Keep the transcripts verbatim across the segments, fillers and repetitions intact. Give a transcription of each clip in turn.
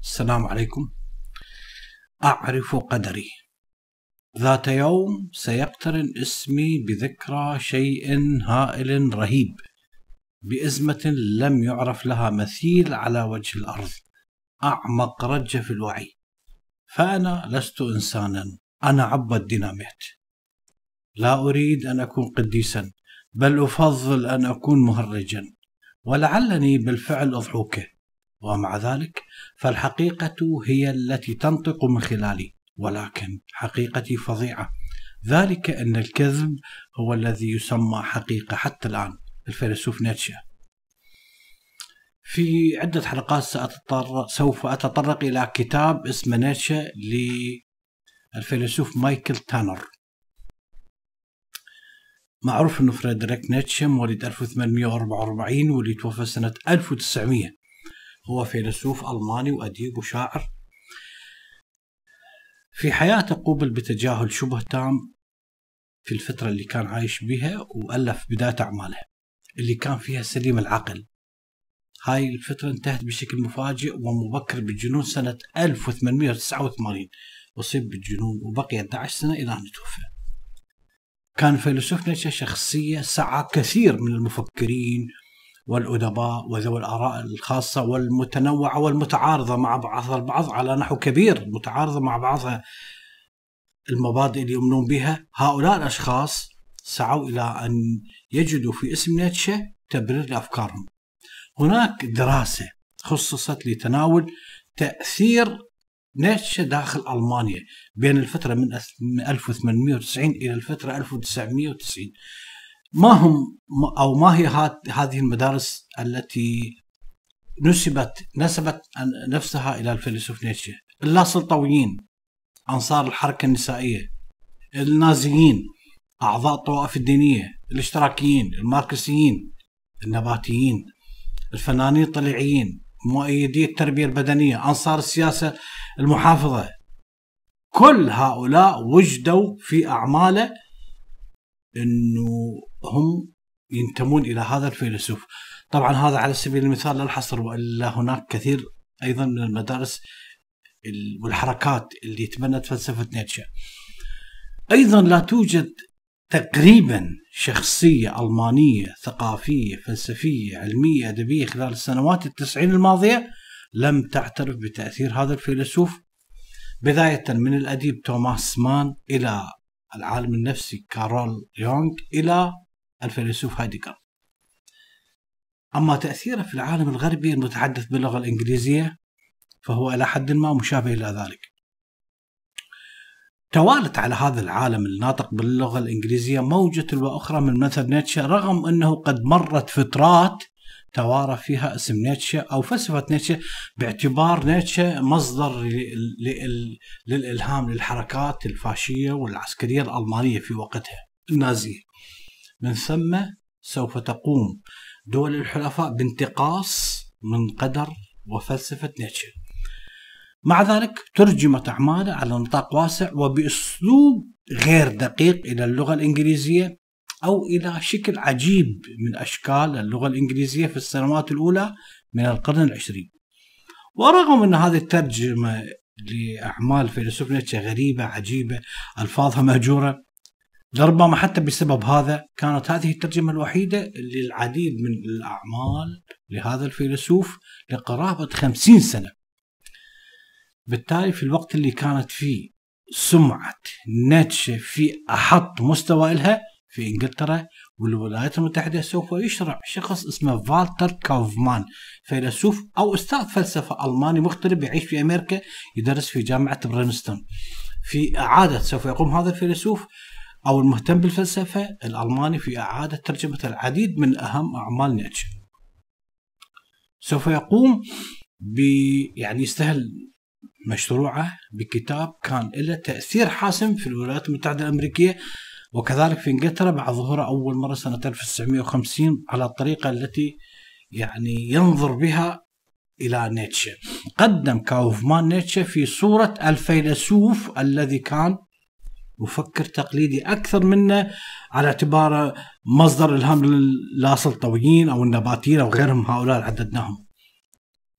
السلام عليكم. أعرف قدري، ذات يوم سيقترن اسمي بذكرى شيء هائل رهيب، بأزمة لم يعرف لها مثيل على وجه الأرض، أعمق رجة في الوعي. فأنا لست إنسانا، أنا عبد ديناميت. لا أريد أن أكون قديسا، بل أفضل أن أكون مهرجا، ولعلني بالفعل أضحوكه. ومع ذلك فالحقيقة هي التي تنطق من خلالي، ولكن حقيقتي فظيعة. ذلك أن الكذب هو الذي يسمى حقيقة حتى الآن. الفيلسوف نيتشه. في عدة حلقات سأتطرق سوف أتطرق إلى كتاب اسمه نيتشه للفيلسوف مايكل تانر. معروف أنه فريدريك نيتشه مواليد ألف وثمانمئة وأربعة وأربعين واللي توفى سنة ألف وتسعمئة. هو فيلسوف ألماني وأديب وشاعر. في حياته قوبل بتجاهل شبه تام في الفترة اللي كان عايش بها، وألف بداية أعماله اللي كان فيها سليم العقل. هاي الفترة انتهت بشكل مفاجئ ومبكر بالجنون سنة ألف وثمانمئة وتسعة وثمانين، أصيب بالجنون وبقي أحد عشر سنة إلى أن توفى. كان فيلسوف نيتشه شخصية سعى كثير من المفكرين والأدباء وذوي الآراء الخاصة والمتنوعة والمتعارضة مع بعضها البعض على نحو كبير، متعارضة مع بعضها المبادئ اللي يؤمنون بها. هؤلاء الأشخاص سعوا إلى أن يجدوا في اسم نيتشه تبرير لأفكارهم. هناك دراسة خصصت لتناول تأثير نيتشه داخل ألمانيا بين الفترة من ألف وثمانمئة وتسعين إلى الفترة ألف وتسعمئة وتسعين. ما هم أو ما هي هذه المدارس التي نسبت نسبت نفسها إلى الفيلسوف نيتشه؟ اللاسلطويين، أنصار الحركة النسائية، النازيين، أعضاء الطوائف الدينية، الاشتراكيين، الماركسيين، النباتيين، الفنانين الطليعيين، مؤيدي التربية البدنية، أنصار السياسة المحافظة. كل هؤلاء وجدوا في أعماله أنه هم ينتمون إلى هذا الفيلسوف. طبعا هذا على سبيل المثال لا الحصر، وإلا هناك كثير أيضا من المدارس والحركات اللي تبنت فلسفة نيتشه. أيضا لا توجد تقريبا شخصية ألمانية ثقافية فلسفية علمية أدبية خلال السنوات التسعين الماضية لم تعترف بتأثير هذا الفيلسوف، بداية من الأديب توماس مان إلى العالم النفسي كارول يونغ إلى الفيلسوف هايدغر. أما تأثيره في العالم الغربي المتحدث باللغة الإنجليزية فهو إلى حد ما مشابه إلى ذلك. توالت على هذا العالم الناطق باللغة الإنجليزية موجة وأخرى من مثل نيتشه، رغم أنه قد مرت فترات توارى فيها اسم نيتشه أو فلسفة نيتشه، باعتبار نيتشه مصدر للإلهام للحركات الفاشية والعسكرية الألمانية في وقتها النازية. من ثم سوف تقوم دول الحلفاء بانتقاص من قدر وفلسفة نيتشه. مع ذلك ترجمت أعماله على نطاق واسع وبأسلوب غير دقيق إلى اللغة الإنجليزية أو إلى شكل عجيب من أشكال اللغة الإنجليزية في السنوات الأولى من القرن العشرين. ورغم أن هذه الترجمة لأعمال فيلسوف نيتشه غريبة عجيبة، ألفاظها مهجورة، لربما حتى بسبب هذا كانت هذه الترجمة الوحيدة للعديد من الأعمال لهذا الفيلسوف لقرابة خمسين سنة. بالتالي في الوقت اللي كانت فيه سمعة نيتشه في أحط مستوى لها في إنجلترا والولايات المتحدة، سوف يشرع شخص اسمه فالتر كاوفمان، فيلسوف أو أستاذ فلسفة ألماني مغترب يعيش في أمريكا، يدرس في جامعة برينستون. في إعادة سوف يقوم هذا الفيلسوف أو المهتم بالفلسفة الألماني في إعادة ترجمة العديد من أهم أعمال نيتشه. سوف يقوم ب يعني يستهل مشروعه بكتاب كان له تأثير حاسم في الولايات المتحدة الأمريكية وكذلك في إنجلترا بعد ظهوره أول مرة سنة ألف وتسعمئة وخمسين على الطريقة التي يعني ينظر بها إلى نيتشه. قدم كاوفمان نيتشه في صورة الفيلسوف الذي كان مفكر تقليدي أكثر منه، على اعتباره مصدر إلهام للاسلطويين أو النباتيين أو غيرهم، هؤلاء عددناهم.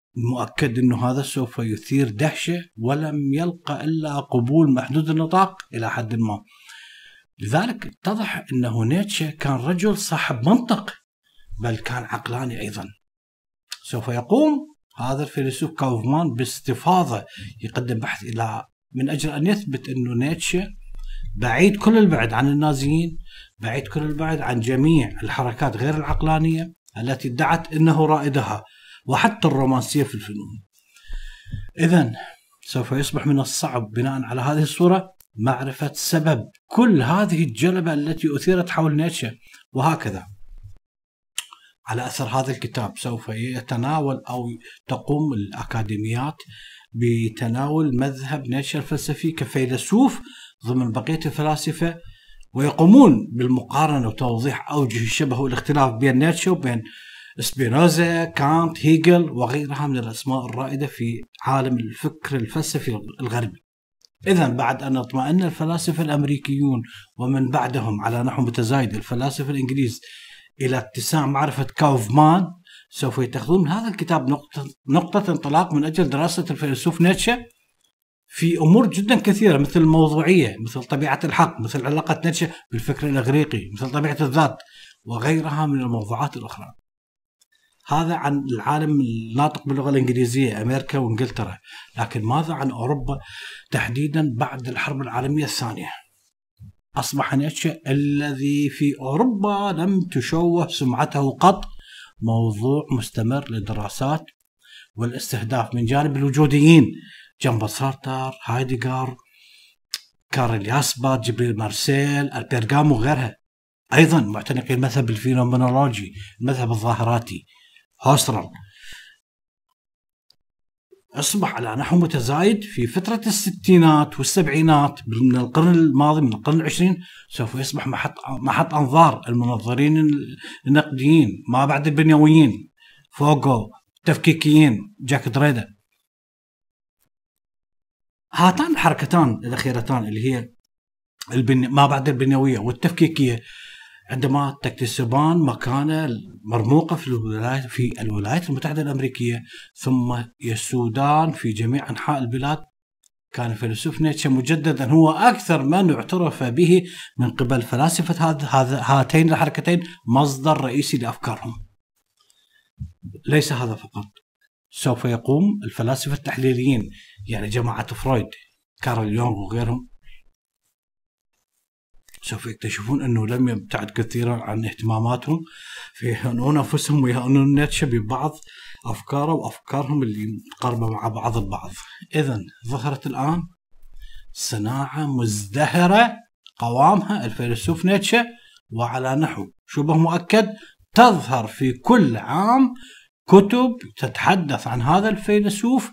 المؤكد أنه هذا سوف يثير دهشة ولم يلقى إلا قبول محدود النطاق إلى حد ما. لذلك اتضح أنه نيتشه كان رجل صاحب منطق، بل كان عقلاني أيضا. سوف يقوم هذا الفيلسوف كاوفمان باستفاضة يقدم بحث إلى من أجل أن يثبت أنه نيتشه بعيد كل البعد عن النازيين، بعيد كل البعد عن جميع الحركات غير العقلانية التي ادعت أنه رائدها، وحتى الرومانسية في الفنون. إذن سوف يصبح من الصعب بناء على هذه الصورة معرفة سبب كل هذه الجلبة التي أثيرت حول نيتشه. وهكذا على أثر هذا الكتاب سوف يتناول أو تقوم الأكاديميات بتناول مذهب نيتشه الفلسفي كفيلسوف ضمن بقية الفلاسفة، ويقومون بالمقارنة وتوضيح أوجه الشبه والاختلاف بين نيتشه وبين سبينوزا، كانت، هيجل وغيرها من الأسماء الرائدة في عالم الفكر الفلسفي الغربي. إذن بعد أن اطمأن الفلاسفة الأمريكيون ومن بعدهم على نحو متزايد الفلاسفة الإنجليز إلى اتساع معرفة كاوفمان، سوف يتخذون من هذا الكتاب نقطة, نقطة انطلاق من أجل دراسة الفيلسوف نيتشه في أمور جدا كثيرة، مثل الموضوعية، مثل طبيعة الحق، مثل علاقة نيتشه بالفكر الإغريقي، مثل طبيعة الذات وغيرها من الموضوعات الأخرى. هذا عن العالم الناطق باللغة الإنجليزية، أمريكا وإنجلترا. لكن ماذا عن أوروبا تحديدا بعد الحرب العالمية الثانية؟ أصبح نيتشه الذي في أوروبا لم تشوه سمعته قط موضوع مستمر للدراسات والاستهداف من جانب الوجوديين جنب سارتر، هايدغر، كارل ياسبات، جبريل مارسيل، البرغام وغيرها. أيضا معتنقي المذهب الفينومينولوجي، المذهب الظاهراتي، هوسرل. أصبح على نحو متزايد في فترة الستينات والسبعينات من القرن الماضي، من القرن العشرين، سوف يصبح محط, محط أنظار المنظرين النقديين ما بعد البنيويين، فوغو، التفكيكيين، جاك دريدا. هاتان الحركتان الأخيرتان اللي هي البني... ما بعد البنيوية والتفكيكية عندما تكتسبان مكانة مرموقة في الولايات في الولايات المتحدة الأمريكية ثم يسودان في جميع أنحاء البلاد، كان فيلسوف نيتشه مجددا هو أكثر من اعترف به من قبل فلاسفة هذا هاتين الحركتين مصدر رئيسي لأفكارهم. ليس هذا فقط، سوف يقوم الفلاسفة التحليليين يعني جماعة فرويد، كارل يونغ وغيرهم، سوف يكتشفون أنه لم يبتعد كثيرا عن اهتماماتهم في يهنون أنفسهم ويهنون نيتشه ببعض أفكاره وأفكارهم اللي متقاربة مع بعض البعض. إذن ظهرت الآن صناعة مزدهرة قوامها الفيلسوف نيتشه، وعلى نحو شبه مؤكد تظهر في كل عام كتب تتحدث عن هذا الفيلسوف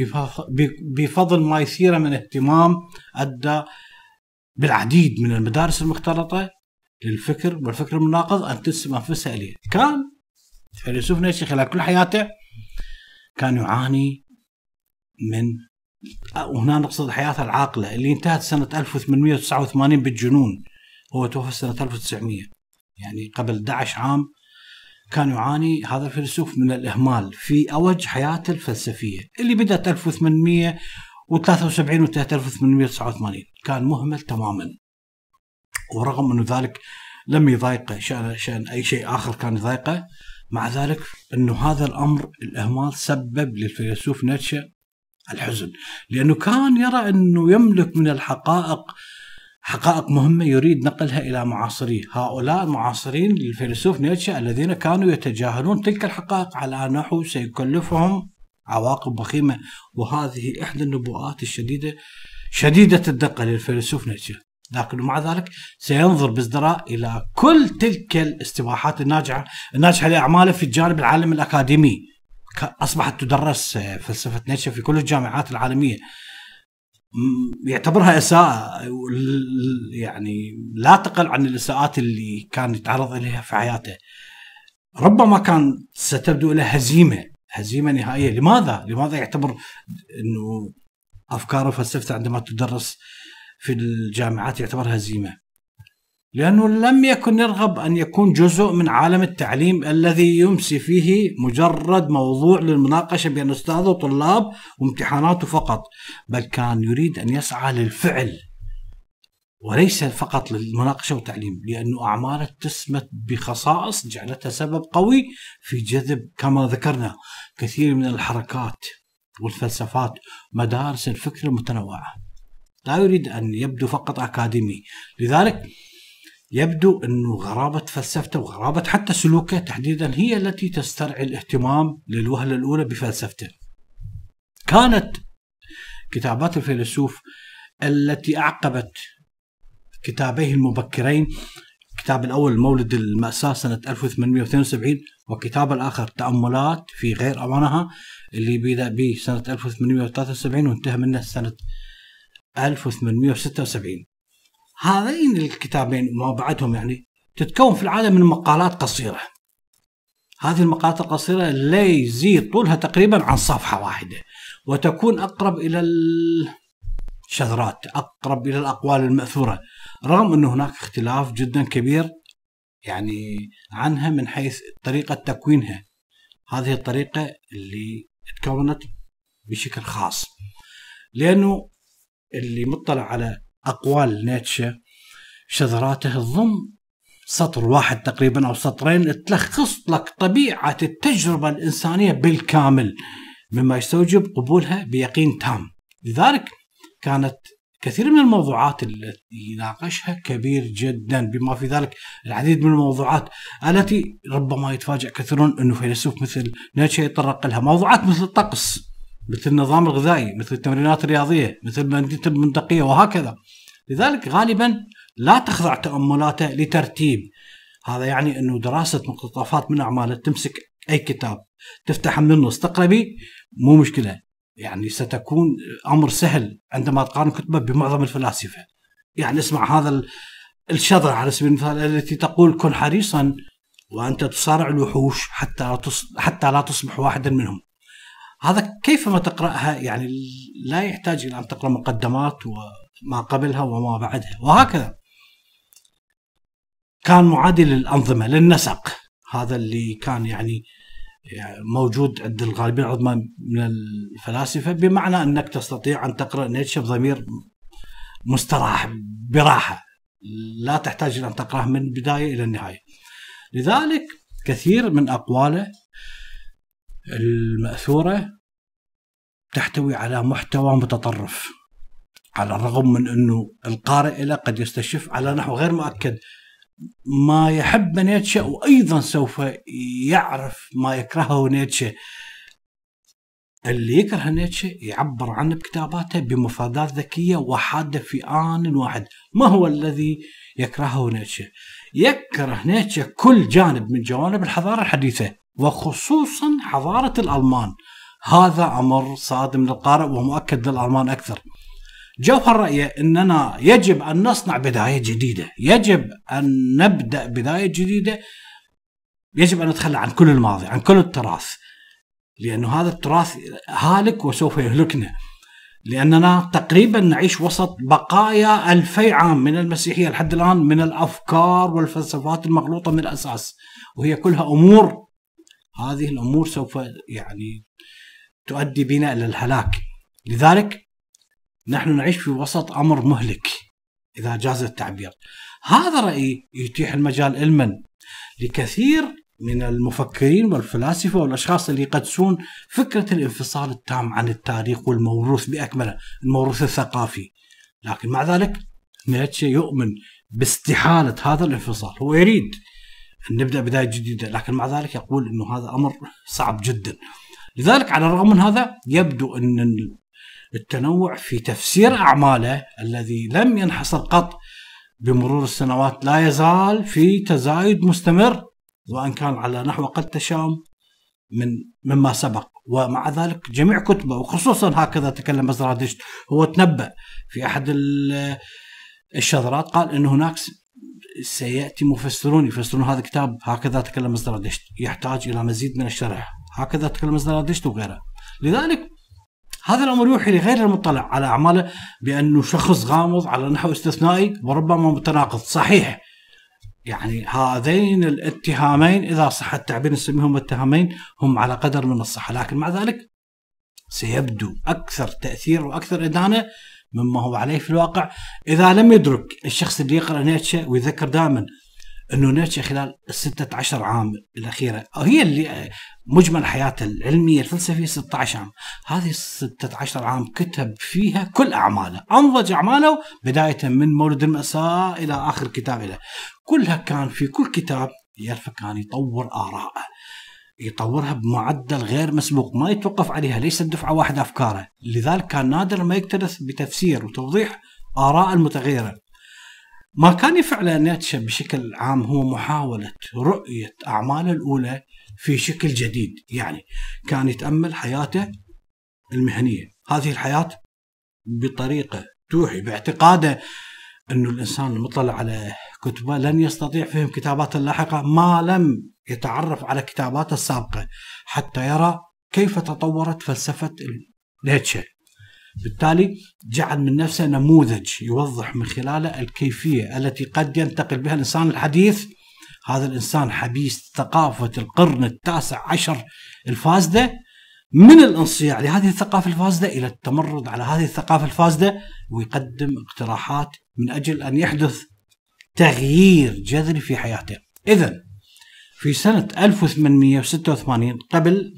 بفضل ما يثير من اهتمام أدى بالعديد من المدارس المختلطة للفكر والفكر المناقض أن تنسب أنفسها إليه. كان فيلسوف نيتشه خلال كل حياته كان يعاني من، وهنا نقصد حياته العاقلة اللي انتهت سنة ألف وثمانمئة وتسعة وثمانين بالجنون، هو توفى سنة ألف وتسعمئة، يعني قبل أحد عشر عام. كان يعاني هذا الفيلسوف من الإهمال في أوج حياته الفلسفية اللي بدأت ألف وثمانمئة وثلاثة وسبعين وانتهت ألف وثمانمئة وتسعة وثمانين. كان مهمل تماما، ورغم أنه ذلك لم يضايقه شأن, شأن أي شيء آخر كان يضايقه، مع ذلك أنه هذا الأمر الإهمال سبب للفيلسوف نيتشه الحزن، لأنه كان يرى أنه يملك من الحقائق حقائق مهمة يريد نقلها إلى معاصريه. هؤلاء المعاصرين للفيلسوف نيتشه الذين كانوا يتجاهلون تلك الحقائق على نحو سيكلفهم عواقب ضخيمة، وهذه إحدى النبوءات الشديدة شديدة الدقة للفيلسوف نيتشه. لكن مع ذلك سينظر بازدراء إلى كل تلك الاستباحات الناجحة الناجحة لأعماله في الجانب العالمي الأكاديمي. أصبحت تدرس فلسفة نيتشه في كل الجامعات العالمية، يعتبرها إساءة يعني لا تقل عن الإساءات اللي كان يتعرض إليها في حياته. ربما كان ستبدو له هزيمة هزيمة نهائية. لماذا؟ لماذا يعتبر أنه أفكاره وفلسفته عندما تدرس في الجامعات يعتبر هزيمة؟ لأنه لم يكن يرغب أن يكون جزء من عالم التعليم الذي يمسي فيه مجرد موضوع للمناقشة بين أستاذ وطلاب وامتحاناته فقط، بل كان يريد أن يسعى للفعل وليس فقط للمناقشة والتعليم، لأن أعماله تسمت بخصائص جعلتها سبب قوي في جذب كما ذكرنا كثير من الحركات والفلسفات مدارس الفكر المتنوعة. لا يريد أن يبدو فقط أكاديمي، لذلك يبدو أنه غرابة فلسفته وغرابة حتى سلوكه تحديدا هي التي تسترعي الاهتمام للوهلة الأولى بفلسفته. كانت كتابات الفيلسوف التي أعقبت كتابيه المبكرين، الكتاب الأول مولد المأساة سنة ألف وثمانمئة واثنين وسبعين، وكتاب الآخر تأملات في غير أمانها اللي بدأ به سنة ألف وثمانمئة وثلاثة وسبعين وانتهى منه سنة ألف وثمانمئة وستة وسبعين. هذين الكتابين وما بعدهم يعني تتكون في العادة من مقالات قصيرة. هذه المقالات القصيرة لا يزيد طولها تقريبا عن صفحة واحدة، وتكون أقرب إلى الشذرات، أقرب إلى الأقوال المأثورة، رغم أن هناك اختلاف جدا كبير يعني عنها من حيث طريقة تكوينها. هذه الطريقة اللي تكونت بشكل خاص، لأنه اللي مطلع على أقوال نيتشه شذراته تضم سطر واحد تقريبا أو سطرين تلخص لك طبيعة التجربة الإنسانية بالكامل، مما يستوجب قبولها بيقين تام. لذلك كانت كثير من الموضوعات التي يناقشها كبير جدا، بما في ذلك العديد من الموضوعات التي ربما يتفاجأ كثيرون أنه فيلسوف مثل نيتشه يتطرق لها. موضوعات مثل الطقس، مثل النظام الغذائي، مثل التمرينات الرياضية، مثل المادة المنطقية وهكذا. لذلك غالبا لا تخضع تأملاته لترتيب. هذا يعني أنه دراسة مقتطفات من أعماله، تمسك أي كتاب تفتح من النص تقرأ به مو مشكلة، يعني ستكون أمر سهل عندما تقارن كتبه بمعظم الفلاسفة. يعني اسمع هذا الشذرة على سبيل المثال التي تقول كن حريصا وأنت تصارع الوحوش حتى لا حتى لا تصبح واحدا منهم. هذا كيفما تقرأها يعني لا يحتاج إلى أن تقرأ مقدمات وما قبلها وما بعدها وهكذا. كان معادي للأنظمة، للنسق، هذا اللي كان يعني موجود عند الغالبية العظمى من الفلاسفة، بمعنى أنك تستطيع أن تقرأ نيتشه بضمير مستراح براحة، لا تحتاج أن تقرأه من البداية إلى النهاية. لذلك كثير من أقواله المأثورة تحتوي على محتوى متطرف، على الرغم من أنه القارئ له قد يستشف على نحو غير مؤكد ما يحب نيتشه، وأيضا سوف يعرف ما يكرهه نيتشه. اللي يكره نيتشه يعبر عنه بكتاباته بمفردات ذكية وحادة في آن واحد. ما هو الذي يكرهه نيتشه؟ يكره نيتشه كل جانب من جوانب الحضارة الحديثة، وخصوصا حضارة الألمان. هذا أمر صادم للقارئ ومؤكد للألمان أكثر. جوهر رأيه أننا يجب أن نصنع بداية جديدة، يجب أن نبدأ بداية جديدة، يجب أن نتخلى عن كل الماضي، عن كل التراث، لأنه هذا التراث هالك وسوف يهلكنا، لأننا تقريبا نعيش وسط بقايا ألفي عام من المسيحية لحد الآن من الأفكار والفلسفات المغلوطة من الأساس، وهي كلها أمور، هذه الأمور سوف يعني تؤدي بنا إلى الهلاك. لذلك نحن نعيش في وسط أمر مهلك إذا جاز التعبير. هذا رأيي يتيح المجال علما لكثير من المفكرين والفلاسفة والأشخاص اللي يقدسون فكرة الانفصال التام عن التاريخ والموروث بأكمله، الموروث الثقافي. لكن مع ذلك نيتشه يؤمن باستحالة هذا الانفصال، هو يريد أن نبدأ بداية جديدة، لكن مع ذلك يقول أنه هذا أمر صعب جدا. لذلك على الرغم من هذا يبدو أن التنوع في تفسير أعماله الذي لم ينحصر قط بمرور السنوات لا يزال في تزايد مستمر، وأن كان على نحو قد تشاؤم من مما سبق. ومع ذلك جميع كتبه، وخصوصا هكذا تكلم زرادشت، هو تنبأ في أحد الشذرات قال أن هناك سيأتي مفسرون يفسرون هذا الكتاب، هكذا تكلم زرادشت، يحتاج إلى مزيد من الشرح، هكذا تكلم زرادشت وغيره. لذلك هذا الأمر يوحي لغير المطلع على أعماله بأنه شخص غامض على نحو استثنائي وربما متناقض. صحيح يعني هذين الاتهامين إذا صح التعبير نسميهم اتهامين هم على قدر من الصحة، لكن مع ذلك سيبدو أكثر تأثير وأكثر إدانة مما هو عليه في الواقع إذا لم يدرك الشخص اللي يقرأ نيتشه ويذكر دائما أنه نيتشه خلال الستة عشر عام الأخيرة هي اللي مجمل حياته العلمية الفلسفية ستة عشر عام، هذه الستة عشر عام كتب فيها كل أعماله، أنضج أعماله بداية من مولد المأساة إلى آخر كتاب له، كلها كان في كل كتاب يعرف كان يطور آراءه، يطورها بمعدل غير مسبوق، ما يتوقف عليها، ليس دفعة واحدة أفكاره، لذلك كان نادر ما يكترث بتفسير وتوضيح آراء المتغيرة. ما كان يفعله نيتشه بشكل عام هو محاولة رؤية أعماله الأولى في شكل جديد، يعني كان يتأمل حياته المهنية، هذه الحياة بطريقة توحي باعتقاده أنه الإنسان المطلع على كتبه لن يستطيع فهم كتاباته اللاحقة ما لم يتعرف على كتاباته السابقة حتى يرى كيف تطورت فلسفة نيتشه. بالتالي جعل من نفسه نموذج يوضح من خلاله الكيفية التي قد ينتقل بها الإنسان الحديث، هذا الإنسان حبيس ثقافة القرن التاسع عشر الفاسدة، من الانصياع لهذه الثقافة الفاسدة إلى التمرد على هذه الثقافة الفاسدة، ويقدم اقتراحات من أجل أن يحدث تغيير جذري في حياته. إذن في سنة ألف وثمانمئة وستة وثمانين قبل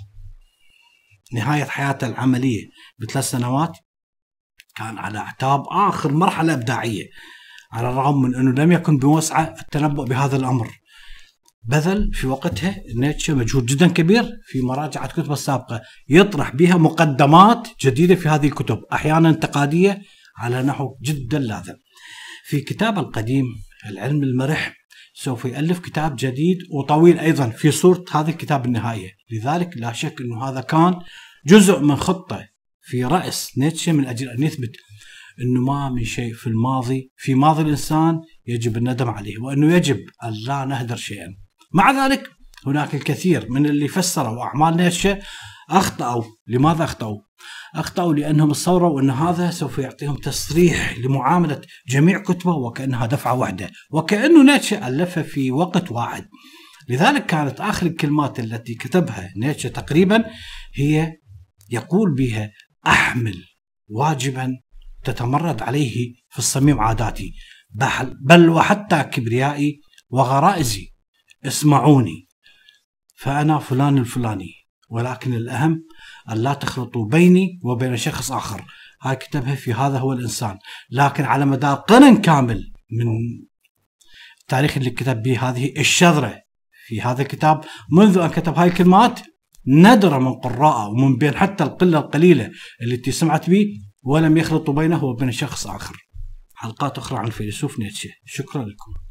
نهاية حياته العملية بثلاث سنوات كان على أعتاب آخر مرحلة إبداعية، على الرغم من أنه لم يكن بوسعه التنبؤ بهذا الأمر. بذل في وقتها نيتشه مجهود جدا كبير في مراجعة كتبه السابقة، يطرح بها مقدمات جديدة في هذه الكتب أحيانا انتقادية على نحو جدا لاذع. في كتابه القديم العلم المرح سوف يألف كتاب جديد وطويل أيضا في صورة هذا الكتاب النهائية، لذلك لا شك أنه هذا كان جزء من خطة في رأس نيتشه من أجل أن يثبت أنه ما من شيء في الماضي في ماضي الإنسان يجب الندم عليه، وأنه يجب أن لا نهدر شيئا. مع ذلك هناك الكثير من اللي فسروا أعمال نيتشه أخطأوا. لماذا أخطأوا؟ أخطأوا لأنهم تصوروا أن هذا سوف يعطيهم تصريح لمعاملة جميع كتبه وكأنها دفعة واحدة، وكأنه نيتشه ألفها في وقت واحد. لذلك كانت آخر الكلمات التي كتبها نيتشه تقريبا هي يقول بها: أحمل واجبا تتمرد عليه في الصميم عاداتي، بل وحتى كبريائي وغرائزي، اسمعوني فأنا فلان الفلاني، ولكن الأهم أن لا تخلطوا بيني وبين شخص آخر. هاي كتبها في هذا هو الإنسان، لكن على مدار قرن كامل من التاريخ اللي كتب به هذه الشذرة في هذا الكتاب، منذ أن كتب هاي الكلمات ندر من قراءه ومن بين حتى القلة القليلة التي سمعت به ولم يخلطوا بينه وبين شخص آخر. حلقات أخرى عن الفيلسوف نيتشه. شكرا لكم.